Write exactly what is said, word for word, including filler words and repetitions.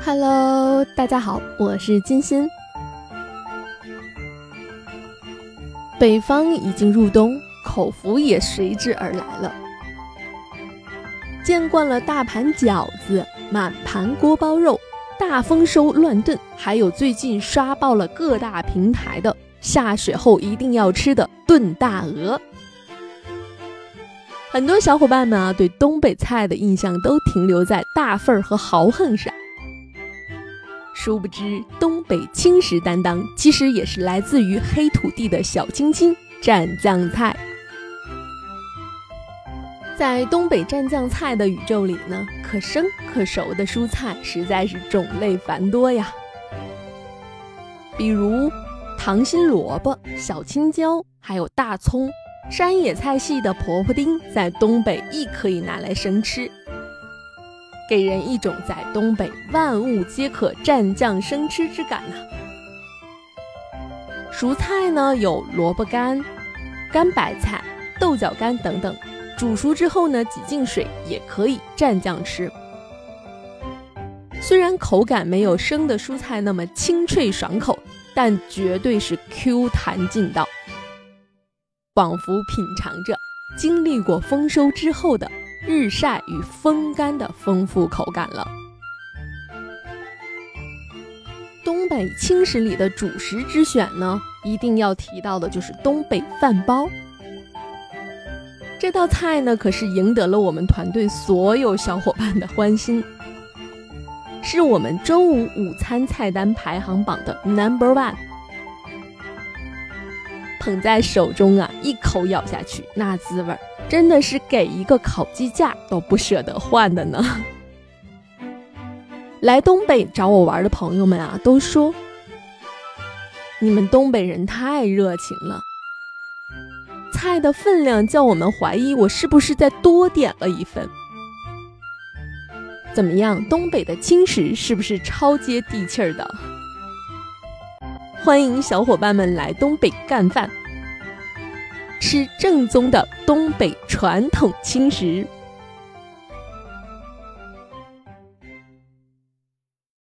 Hello， 大家好，我是金鑫。北方已经入冬，口福也随之而来了。见惯了大盘饺子、满盘锅包肉、大丰收乱炖，还有最近刷爆了各大平台的下雪后一定要吃的炖大鹅。很多小伙伴们啊，对东北菜的印象都停留在大份儿和豪横上。殊不知，东北轻食担当其实也是来自于黑土地的小清新蘸酱菜。在东北蘸酱菜的宇宙里呢，可生可熟的蔬菜实在是种类繁多呀。比如糖心萝卜、小青椒，还有大葱，山野菜系的婆婆丁在东北亦可以拿来生吃，给人一种在东北万物皆可蘸酱生吃之感呢、啊。蔬菜呢有萝卜干、干白菜、豆角干等等，煮熟之后呢挤进水也可以蘸酱吃。虽然口感没有生的蔬菜那么清脆爽口，但绝对是 Q 弹劲道，仿佛品尝着经历过丰收之后的日晒与风干的丰富口感了。东北轻食里的主食之选呢，一定要提到的就是东北饭包。这道菜呢，可是赢得了我们团队所有小伙伴的欢心，是我们周五午餐菜单排行榜的 number one。捧在手中啊，一口咬下去，那滋味真的是给一个烤鸡架都不舍得换的呢。来东北找我玩的朋友们啊，都说你们东北人太热情了，菜的分量叫我们怀疑我是不是再多点了一份。怎么样，东北的轻食是不是超接地气儿的？欢迎小伙伴们来东北干饭，吃正宗的东北传统轻食。